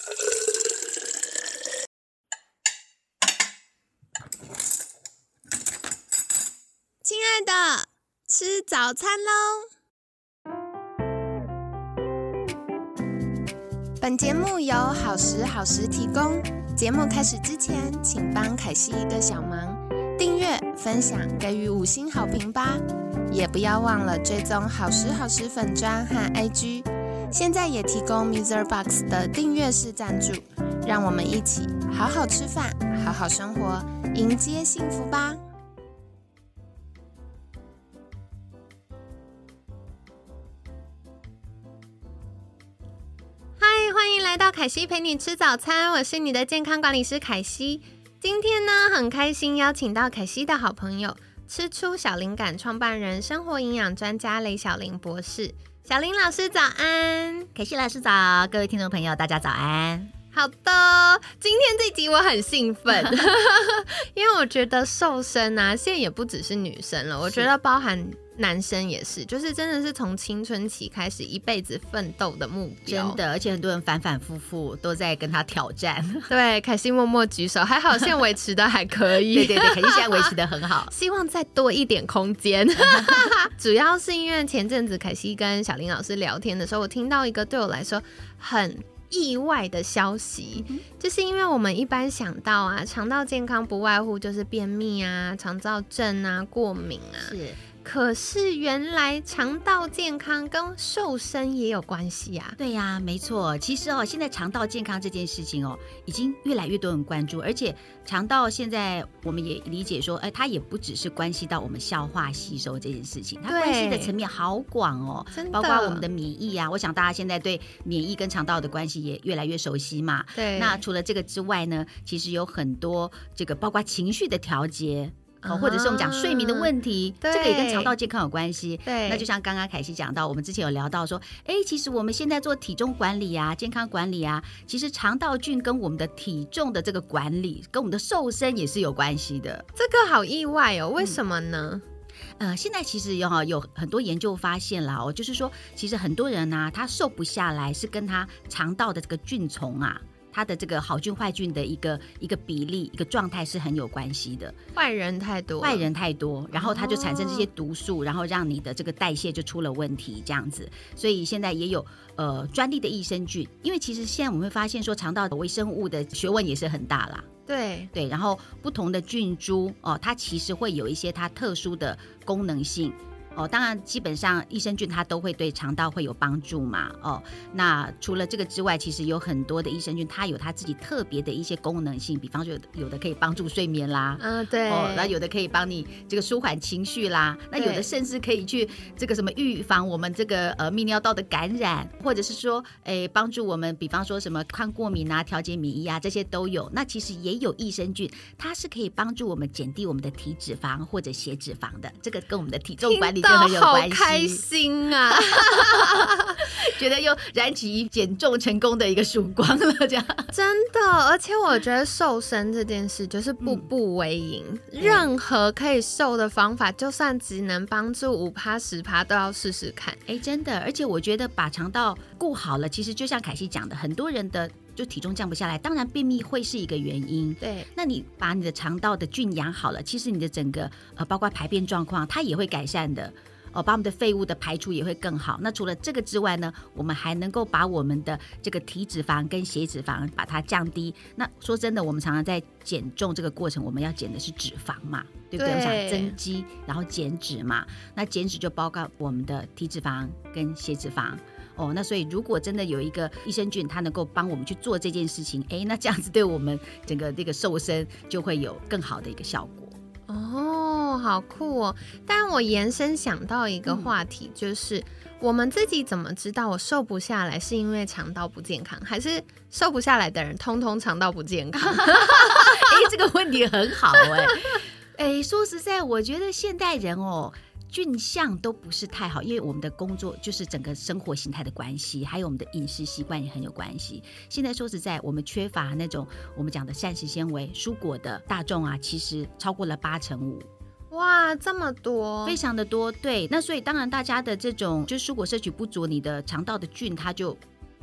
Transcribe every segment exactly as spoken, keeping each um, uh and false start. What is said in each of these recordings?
亲爱的，吃早餐喽！本节目由好时好时提供。节目开始之前，请帮凯西一个小忙，订阅、分享、给予五星好评吧！也不要忘了追踪好时好时粉专和 I G。现在也提供 MixerBox 的订阅式赞助，让我们一起好好吃饭，好好生活，迎接幸福吧！欢迎来到凯西陪你吃早餐，我是你的健康管理师凯西。今天呢，很开心邀请到凯西的好朋友，吃出小灵感创办人、生活营养专家雷小玲博士。小玲老师早安。 凯西老师早，各位听众朋友大家早安。 好的，今天这集我很兴奋因为我觉得瘦身啊，现在也不只是女生了，我觉得包含男生也是，就是真的是从青春期开始一辈子奋斗的目标， 真的，而且很多人反反复复都在跟他挑战。 对，凯西默默举手，还好现在维持的还可以对对对，凯西现在维持的很好希望再多一点空间主要是因为前阵子凯西跟小林老师聊天的时候，我听到一个对我来说很意外的消息、嗯、就是因为我们一般想到啊，肠道健康不外乎就是便秘啊、肠燥症啊、过敏啊，是，可是原来肠道健康跟瘦身也有关系啊。 对呀、啊，没错。其实哦，现在肠道健康这件事情哦，已经越来越多人关注，而且肠道现在我们也理解说，哎，它也不只是关系到我们消化吸收这件事情，它关系的层面好广哦，真的，包括我们的免疫啊。我想大家现在对免疫跟肠道的关系也越来越熟悉嘛。对。那除了这个之外呢，其实有很多这个包括情绪的调节。哦、或者是我们讲睡眠的问题、啊、这个也跟肠道健康有关系。对，那就像刚刚凯西讲到，我们之前有聊到说，哎，其实我们现在做体重管理啊、健康管理啊，其实肠道菌跟我们的体重的这个管理，跟我们的瘦身也是有关系的。 这个好意外哦，为什么呢？ 嗯呃，现在其实有有很多研究发现了哦，就是说，其实很多人啊，他瘦不下来，是跟他肠道的这个菌丛啊。它的这个好菌坏菌的一个一个比例一个状态是很有关系的。 坏人太多坏人太多，然后它就产生这些毒素、哦、然后让你的这个代谢就出了问题这样子。所以现在也有呃专利的益生菌，因为其实现在我们会发现说肠道的微生物的学问也是很大啦。 对对， 然后不同的菌株哦，它其实会有一些它特殊的功能性。哦，当然基本上益生菌它都会对肠道会有帮助嘛。哦，那除了这个之外，其实有很多的益生菌它有它自己特别的一些功能性，比方说有的可以帮助睡眠啦，嗯对，哦，那有的可以帮你这个舒缓情绪啦，那有的甚至可以去这个什么预防我们这个呃泌尿道的感染，或者是说诶帮助我们比方说什么抗过敏啊、调节免疫啊，这些都有。那其实也有益生菌，它是可以帮助我们减低我们的体脂肪或者血脂肪的，这个跟我们的体重管理就很有关系。 好开心啊觉得又燃起减重成功的一个曙光了这样。 真的，而且我觉得瘦身这件事就是步步为营、嗯、任何可以瘦的方法，就算只能帮助 百分之五 百分之十 都要试试看。 哎，真的，而且我觉得把肠道顾好了，其实就像凯西讲的，很多人的就体重降不下来，当然便秘会是一个原因。对，那你把你的肠道的菌养好了，其实你的整个呃包括排便状况它也会改善的。哦，把我们的废物的排除也会更好。那除了这个之外呢，我们还能够把我们的这个体脂肪跟血脂肪把它降低。那说真的，我们常常在减重这个过程，我们要减的是脂肪嘛，对不对？我们想增肌，然后减脂嘛。那减脂就包括我们的体脂肪跟血脂肪。哦，那所以如果真的有一个益生菌，它能够帮我们去做这件事情，哎，那这样子对我们整个这个瘦身就会有更好的一个效果。 哦，好酷哦！但我延伸想到一个话题，嗯、就是我们自己怎么知道我瘦不下来是因为肠道不健康，还是瘦不下来的人通通肠道不健康？ 哎，这个问题很好哎、欸。哎，说实在，我觉得现代人哦，菌相都不是太好，因为我们的工作就是整个生活形态的关系，还有我们的饮食习惯也很有关系。现在说实在，我们缺乏那种我们讲的膳食纤维、蔬果的大众啊，其实超过了八成五。 哇，这么多， 非常的多。对，那所以当然大家的这种就是蔬果摄取不足，你的肠道的菌它就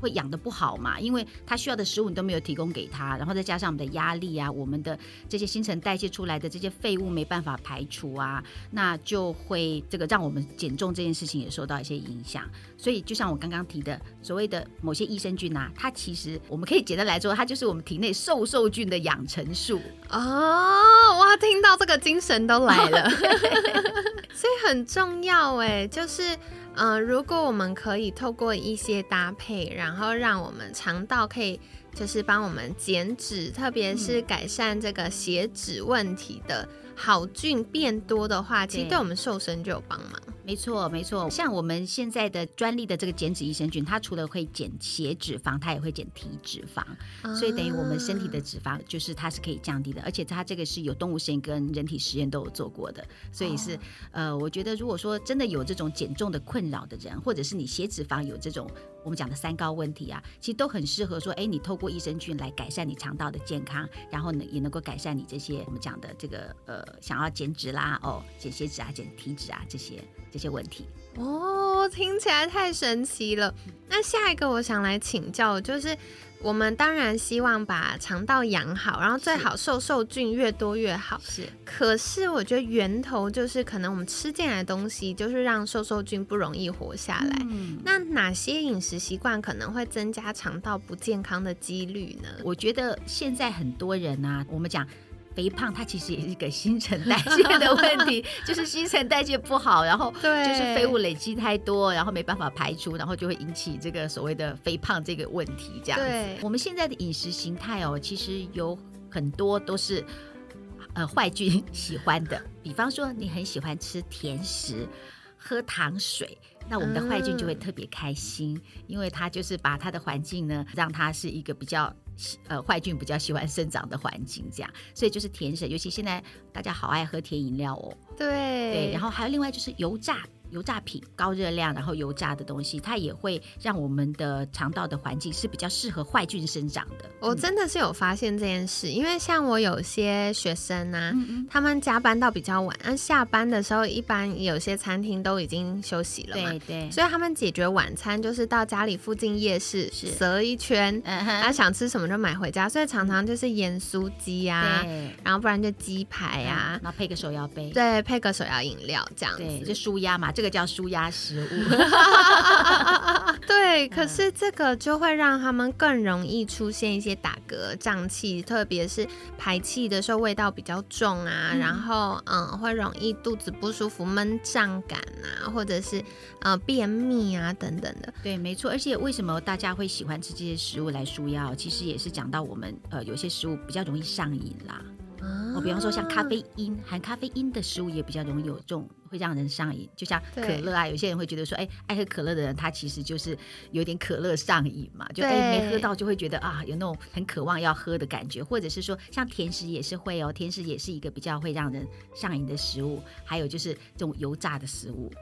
会养得不好嘛，因为他需要的食物你都没有提供给他，然后再加上我们的压力啊，我们的这些新陈代谢出来的这些废物没办法排除啊，那就会这个让我们减重这件事情也受到一些影响。所以就像我刚刚提的，所谓的某些益生菌啊，它其实我们可以简单来说，它就是我们体内瘦瘦菌的养成术。 哦，哇，听到这个精神都来了。所以很重要哎，就是呃，如果我们可以透过一些搭配，然后让我们肠道可以就是帮我们减脂，特别是改善这个血脂问题的好菌变多的话，其实对我们瘦身就有帮忙。 没错没错，像我们现在的专利的这个减脂益生菌，它除了会减血脂肪，它也会减体脂肪、啊、所以等于我们身体的脂肪就是它是可以降低的，而且它这个是有动物实验跟人体实验都有做过的，所以是、哦、呃，我觉得如果说真的有这种减重的困扰的人，或者是你血脂肪有这种我们讲的三高问题啊，其实都很适合说，哎，你透过益生菌来改善你肠道的健康，然后呢也能够改善你这些我们讲的这个呃想要减脂啦、哦减血脂啊、减体脂啊这些这些问题。 哦，听起来太神奇了。那下一个我想来请教，就是我们当然希望把肠道养好，然后最好瘦瘦菌越多越好。 是， 可是我觉得源头就是可能我们吃进来的东西，就是让瘦瘦菌不容易活下来。嗯、那哪些饮食习惯可能会增加肠道不健康的几率呢？ 我觉得现在很多人啊，我们讲肥胖它其实也是一个新陈代谢的问题，就是新陈代谢不好，然后就是废物累积太多，然后没办法排出，然后就会引起这个所谓的肥胖这个问题这样子。我们现在的饮食形态哦，其实有很多都是呃坏菌喜欢的，比方说你很喜欢吃甜食、喝糖水，那我们的坏菌就会特别开心、嗯、因为它就是把它的环境呢让它是一个比较呃坏菌比较喜欢生长的环境，这样，所以就是甜水，尤其现在大家好爱喝甜饮料哦。 对对，然后还有另外就是油炸油炸品，高热量然后油炸的东西，它也会让我们的肠道的环境是比较适合坏菌生长的。 我真的是有发现这件事、嗯、因为像我有些学生啊、嗯嗯、他们加班到比较晚，那下班的时候一般有些餐厅都已经休息了嘛， 对对， 所以他们解决晚餐就是到家里附近夜市折一圈，然后想吃什么就买回家，所以常常就是盐酥鸡啊，然后不然就鸡排啊、 嗯、然后配个手摇杯， 对，配个手摇饮料这样子， 对，就舒压嘛，这个叫舒压食物。 对，可是这个就会让他们更容易出现一些打嗝、胀气，特别是排气的时候味道比较重啊，嗯、然后嗯会容易肚子不舒服、闷胀感啊，或者是呃便秘啊等等的。 对，没错。而且为什么大家会喜欢吃这些食物来舒压？其实也是讲到我们呃有些食物比较容易上瘾啦。哦，比方说像咖啡因，含咖啡因的食物也比较容易有这种会让人上瘾，就像可乐啊，有些人会觉得说，哎，爱喝可乐的人他其实就是有点可乐上瘾嘛，就哎没喝到就会觉得啊有那种很渴望要喝的感觉，或者是说像甜食也是会哦，甜食也是一个比较会让人上瘾的食物，还有就是这种油炸的食物。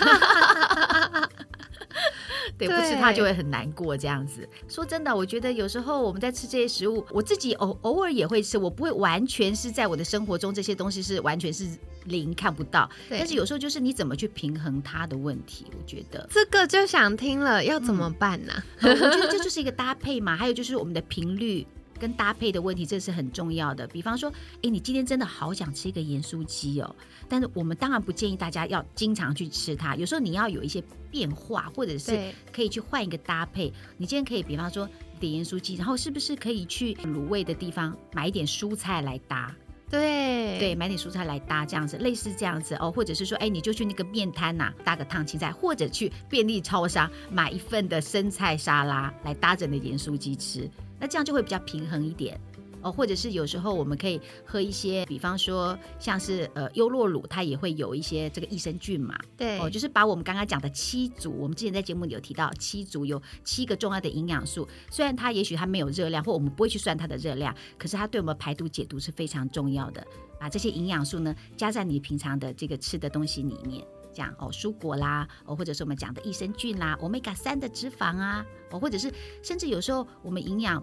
对，不吃它就会很难过这样子。说真的，我觉得有时候我们在吃这些食物，我自己偶偶尔也会吃，我不会完全是在我的生活中这些东西是完全是零看不到，但是有时候就是你怎么去平衡它的问题，我觉得这个就想听了，要怎么办呢、啊嗯？我觉得这就是一个搭配嘛，还有就是我们的频率跟搭配的问题，这是很重要的。比方说，哎，你今天真的好想吃一个盐酥鸡哦，但是我们当然不建议大家要经常去吃它，有时候你要有一些变化，或者是可以去换一个搭配。你今天可以比方说你的盐酥鸡，然后是不是可以去卤味的地方买一点蔬菜来搭？ 对对，买点蔬菜来搭，这样子类似这样子哦，或者是说，哎，你就去那个面摊呐、啊、搭个烫青菜，或者去便利超商买一份的生菜沙拉来搭着你的盐酥鸡吃，那这样就会比较平衡一点。哦，或者是有时候我们可以喝一些，比方说像是呃优酪乳，它也会有一些这个益生菌嘛， 对， 哦，就是把我们刚刚讲的七组，我们之前在节目里有提到七组有七个重要的营养素，虽然它也许它没有热量，或我们不会去算它的热量，可是它对我们排毒解毒是非常重要的。把这些营养素呢加在你平常的这个吃的东西里面。这样哦，蔬果啦，哦，或者是我们讲的益生菌啦 ，欧米伽三的脂肪啊，哦，或者是甚至有时候我们营养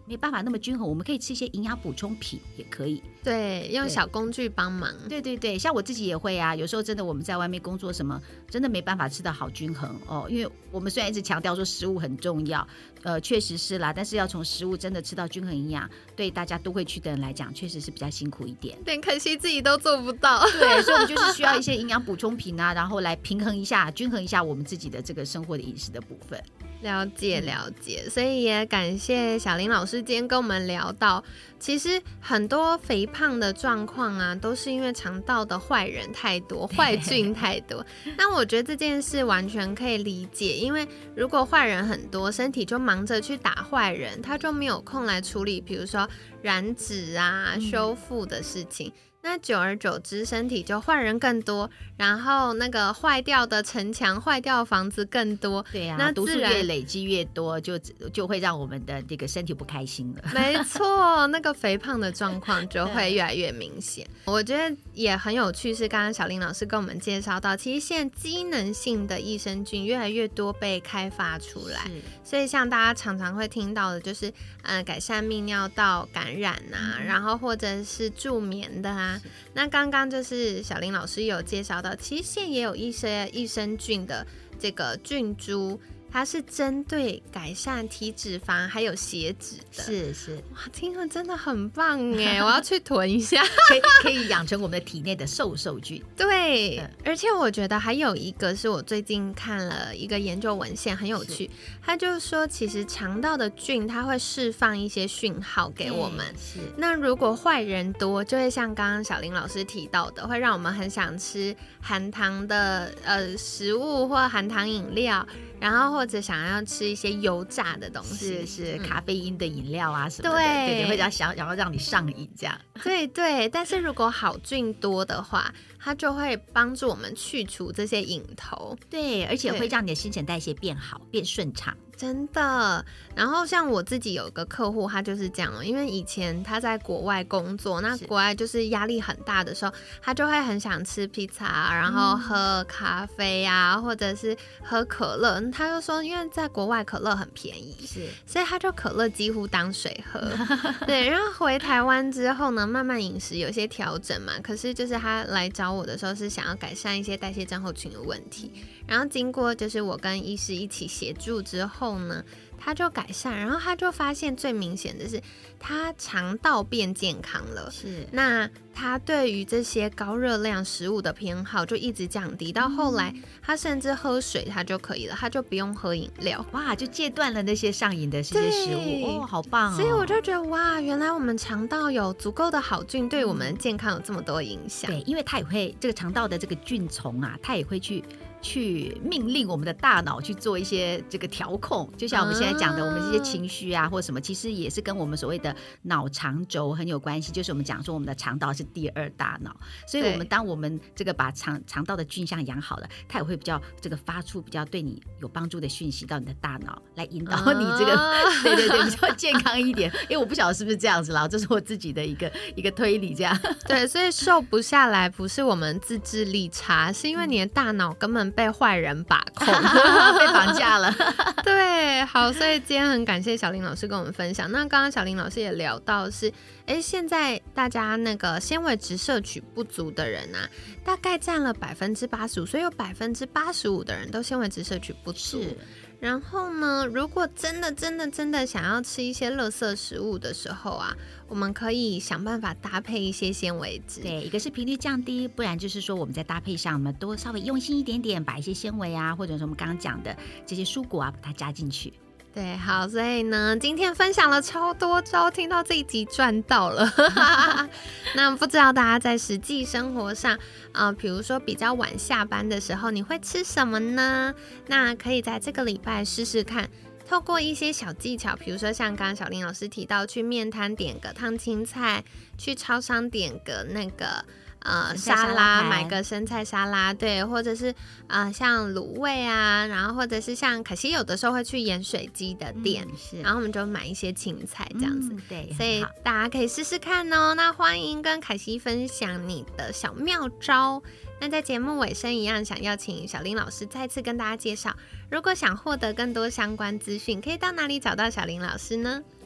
没办法那么均衡，我们可以吃一些营养补充品也可以。 对，用小工具帮忙。 对对对，像我自己也会啊，有时候真的我们在外面工作什么，真的没办法吃得好均衡哦。因为我们虽然一直强调说食物很重要，呃，确实是啦，但是要从食物真的吃到均衡营养，对大家都会去的人来讲，确实是比较辛苦一点。 连可惜自己都做不到。 对，所以我们就是需要一些营养补充品啊，然后来平衡一下、均衡一下我们自己的这个生活的饮食的部分。 了解了解，所以也感谢小林老师今天跟我们聊到，其实很多肥胖的状况啊，都是因为肠道的坏人太多，坏菌太多。那我觉得这件事完全可以理解，因为如果坏人很多，身体就忙着去打坏人，他就没有空来处理比如说燃脂啊、修复的事情。那久而久之，身体就坏人更多，然后那个坏掉的城墙、坏掉的房子更多。 对啊，那毒素越累积越多，就就会让我们的这个身体不开心了。 没错，那个肥胖的状况就会越来越明显。我觉得也很有趣，是刚刚小林老师跟我们介绍到，其实现在机能性的益生菌越来越多被开发出来，所以像大家常常会听到的，就是呃改善泌尿道感染啊，嗯、然后或者是助眠的啊。那刚刚就是小林老师有介绍到，其实现在也有一些益生菌的这个菌株，它是针对改善体脂肪还有血脂的。 是是， 哇，听了真的很棒耶！我要去囤一下， 可以可以养成我们的体内的瘦瘦菌。 对、嗯，而且我觉得还有一个是我最近看了一个研究文献，很有趣。他就是说，其实肠道的菌它会释放一些讯号给我们。是，那如果坏人多，就会像刚刚小林老师提到的，会让我们很想吃含糖的呃食物或含糖饮料。然后或者想要吃一些油炸的东西， 是是、嗯、咖啡因的饮料啊什么的，对对对，会想想要让你上瘾这样。 对对，但是如果好菌多的话，它就会帮助我们去除这些瘾头， 对，而且会让你的新陈代谢变好，变顺畅。 真的，然后像我自己有一个客户，他就是这样，因为以前他在国外工作，那国外就是压力很大的时候，他就会很想吃披萨，然后喝咖啡啊，或者是喝可乐。他就说，因为在国外可乐很便宜，是，所以他就可乐几乎当水喝。对，然后回台湾之后呢，慢慢饮食有一些调整嘛，可是就是他来找我的时候是想要改善一些代谢症候群的问题，然后经过就是我跟医师一起协助之后呢，他就改善，然后他就发现最明显的是他肠道变健康了，是，那他对于这些高热量食物的偏好就一直降低，到后来他甚至喝水他就可以了，他就不用喝饮料， 哇，就戒断了那些上瘾的这些食物，哦，好棒哦！ 所以我就觉得哇，原来我们肠道有足够的好菌，对我们健康有这么多影响。 对，因为它也会这个肠道的这个菌丛啊，它也会去去命令我们的大脑去做一些这个调控，就像我们现在讲的，我们这些情绪啊或什么，其实也是跟我们所谓的脑肠轴很有关系。就是我们讲说我们的肠道是第二大脑，所以我们当我们这个把肠肠道的菌相养好了，它也会比较这个发出比较对你有帮助的讯息到你的大脑，来引导你这个、啊、对对对比较健康一点。因为我不晓得是不是这样子啦，这是我自己的一个一个推理这样。 对，所以瘦不下来不是我们自制力差，是因为你的大脑根本被坏人把控被绑架了。 对，好，所以今天很感谢小林老师跟我们分享。那刚刚小林老师也聊到是，哎，现在大家那个纤维质摄取不足的人啊，大概占了百分之八十五，所以有百分之八十五的人都纤维质摄取不足。然后呢，如果真的真的真的想要吃一些垃圾食物的时候啊，我们可以想办法搭配一些纤维质。 对，一个是频率降低，不然就是说我们在搭配上我们多稍微用心一点点，把一些纤维啊，或者是我们刚刚讲的这些蔬果啊，把它加进去。 对，好，所以呢，今天分享了超多招，听到这一集赚到了。那不知道大家在实际生活上，呃，比如说比较晚下班的时候，你会吃什么呢？那可以在这个礼拜试试看，透过一些小技巧，比如说像刚刚小林老师提到，去面摊点个烫青菜，去超商点个那个。呃，沙拉买个生菜沙拉，对，或者是呃像卤味啊，然后或者是像凯西有的时候会去盐水鸡的店，嗯、是，然后我们就买一些青菜这样子，嗯、对，所以大家可以试试看哦。那欢迎跟凯西分享你的小妙招。那在节目尾声一样，想邀请小林老师再次跟大家介绍，如果想获得更多相关资讯，可以到哪里找到小林老师呢？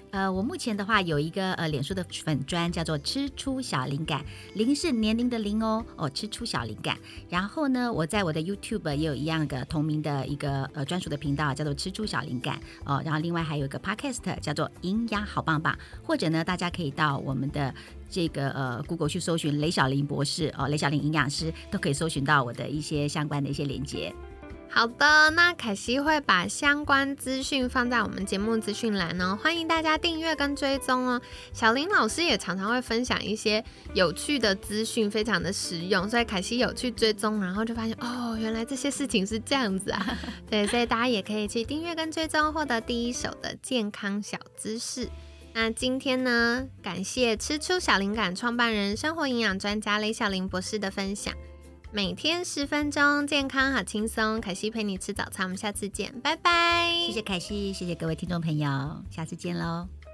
呃，我目前的话有一个呃脸书的粉专叫做吃出小灵感，灵是年龄的灵哦，哦，吃出小灵感。然后呢，我在我的 YouTube 也有一样的同名的一个呃专属的频道，叫做吃出小灵感哦。然后另外还有一个 Podcast 叫做营养好棒棒，或者呢，大家可以到我们的这个呃 Google 去搜寻雷小玲博士哦，雷小玲营养师，都可以搜寻到我的一些相关的一些连结。 好的，那凯西会把相关资讯放在我们节目资讯栏哦，欢迎大家订阅跟追踪哦。小林老师也常常会分享一些有趣的资讯，非常的实用，所以凯西有去追踪，然后就发现哦，原来这些事情是这样子啊。对，所以大家也可以去订阅跟追踪，获得第一手的健康小知识。那今天呢，感谢吃出小灵感创办人、生活营养专家雷小玲博士的分享。每天十分钟，健康好轻松。凯西陪你吃早餐，我们下次见，拜拜。 谢谢凯西，谢谢各位听众朋友，下次见喽。